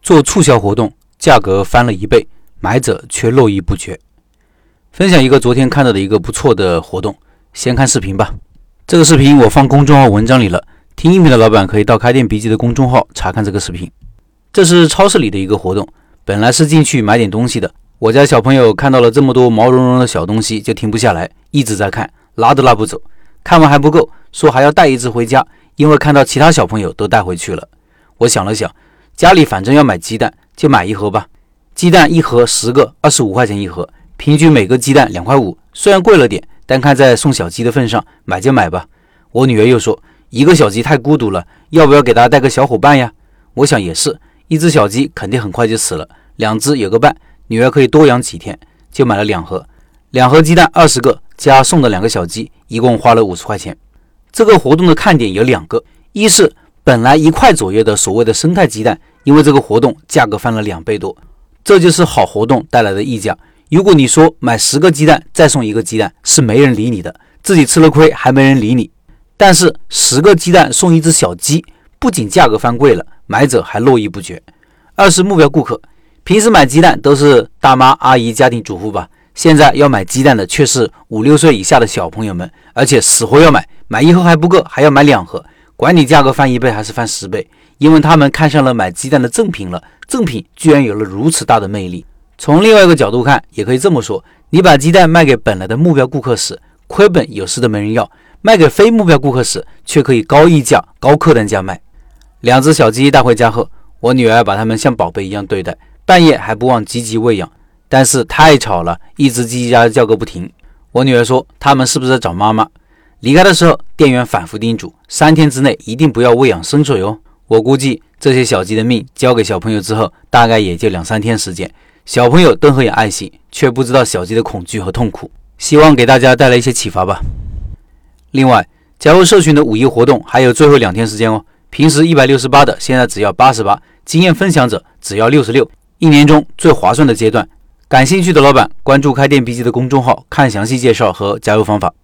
做促销活动，价格翻了1倍，买者却络绎不绝。分享一个昨天看到的一个不错的活动，先看视频吧。这个视频我放公众号文章里了，听音频的老板可以到开店笔记的公众号查看这个视频。这是超市里的一个活动，本来是进去买点东西的，我家小朋友看到了这么多毛茸茸的小东西就停不下来，一直在看，拉都拉不走。看完还不够，说还要带一只回家，因为看到其他小朋友都带回去了。我想了想，家里反正要买鸡蛋，就买一盒吧。鸡蛋一盒10个，25块钱一盒，平均每个鸡蛋2块5，虽然贵了点，但看在送小鸡的份上，买就买吧。我女儿又说，一个小鸡太孤独了，要不要给它带个小伙伴呀？我想也是，一只小鸡肯定很快就死了，2只有个伴，女儿可以多养几天，就买了2盒，2盒鸡蛋20个，加送的2个小鸡，一共花了50块钱。这个活动的看点有2个，一是本来1块左右的所谓的生态鸡蛋，因为这个活动价格翻了2倍多，这就是好活动带来的溢价。如果你说买10个鸡蛋再送1个鸡蛋，是没人理你的，自己吃了亏还没人理你。但是10个鸡蛋送1只小鸡，不仅价格翻贵了，买者还络绎不绝。二是目标顾客，平时买鸡蛋都是大妈阿姨家庭主妇吧，现在要买鸡蛋的却是5、6岁以下的小朋友们，而且死活要买1盒还不够，还要买2盒，管你价格翻1倍还是翻10倍，因为他们看上了买鸡蛋的赠品了，赠品居然有了如此大的魅力。从另外一个角度看，也可以这么说，你把鸡蛋卖给本来的目标顾客时，亏本有时的没人要，卖给非目标顾客时，却可以高溢价、高客单价卖。2只小鸡带回家后，我女儿把它们像宝贝一样对待，半夜还不忘积极喂养，但是太吵了，一直叽叽喳喳叫个不停。我女儿说，他们是不是在找妈妈？离开的时候，店员反复叮嘱，3天之内一定不要喂养生水哦。我估计这些小鸡的命交给小朋友之后，大概也就2-3天时间。小朋友都很有爱心，却不知道小鸡的恐惧和痛苦。希望给大家带来一些启发吧。另外，加入社群的5一活动还有最后2天时间哦。平时168的，现在只要88，经验分享者只要66，一年中最划算的阶段。感兴趣的老板关注开店笔记的公众号，看详细介绍和加入方法。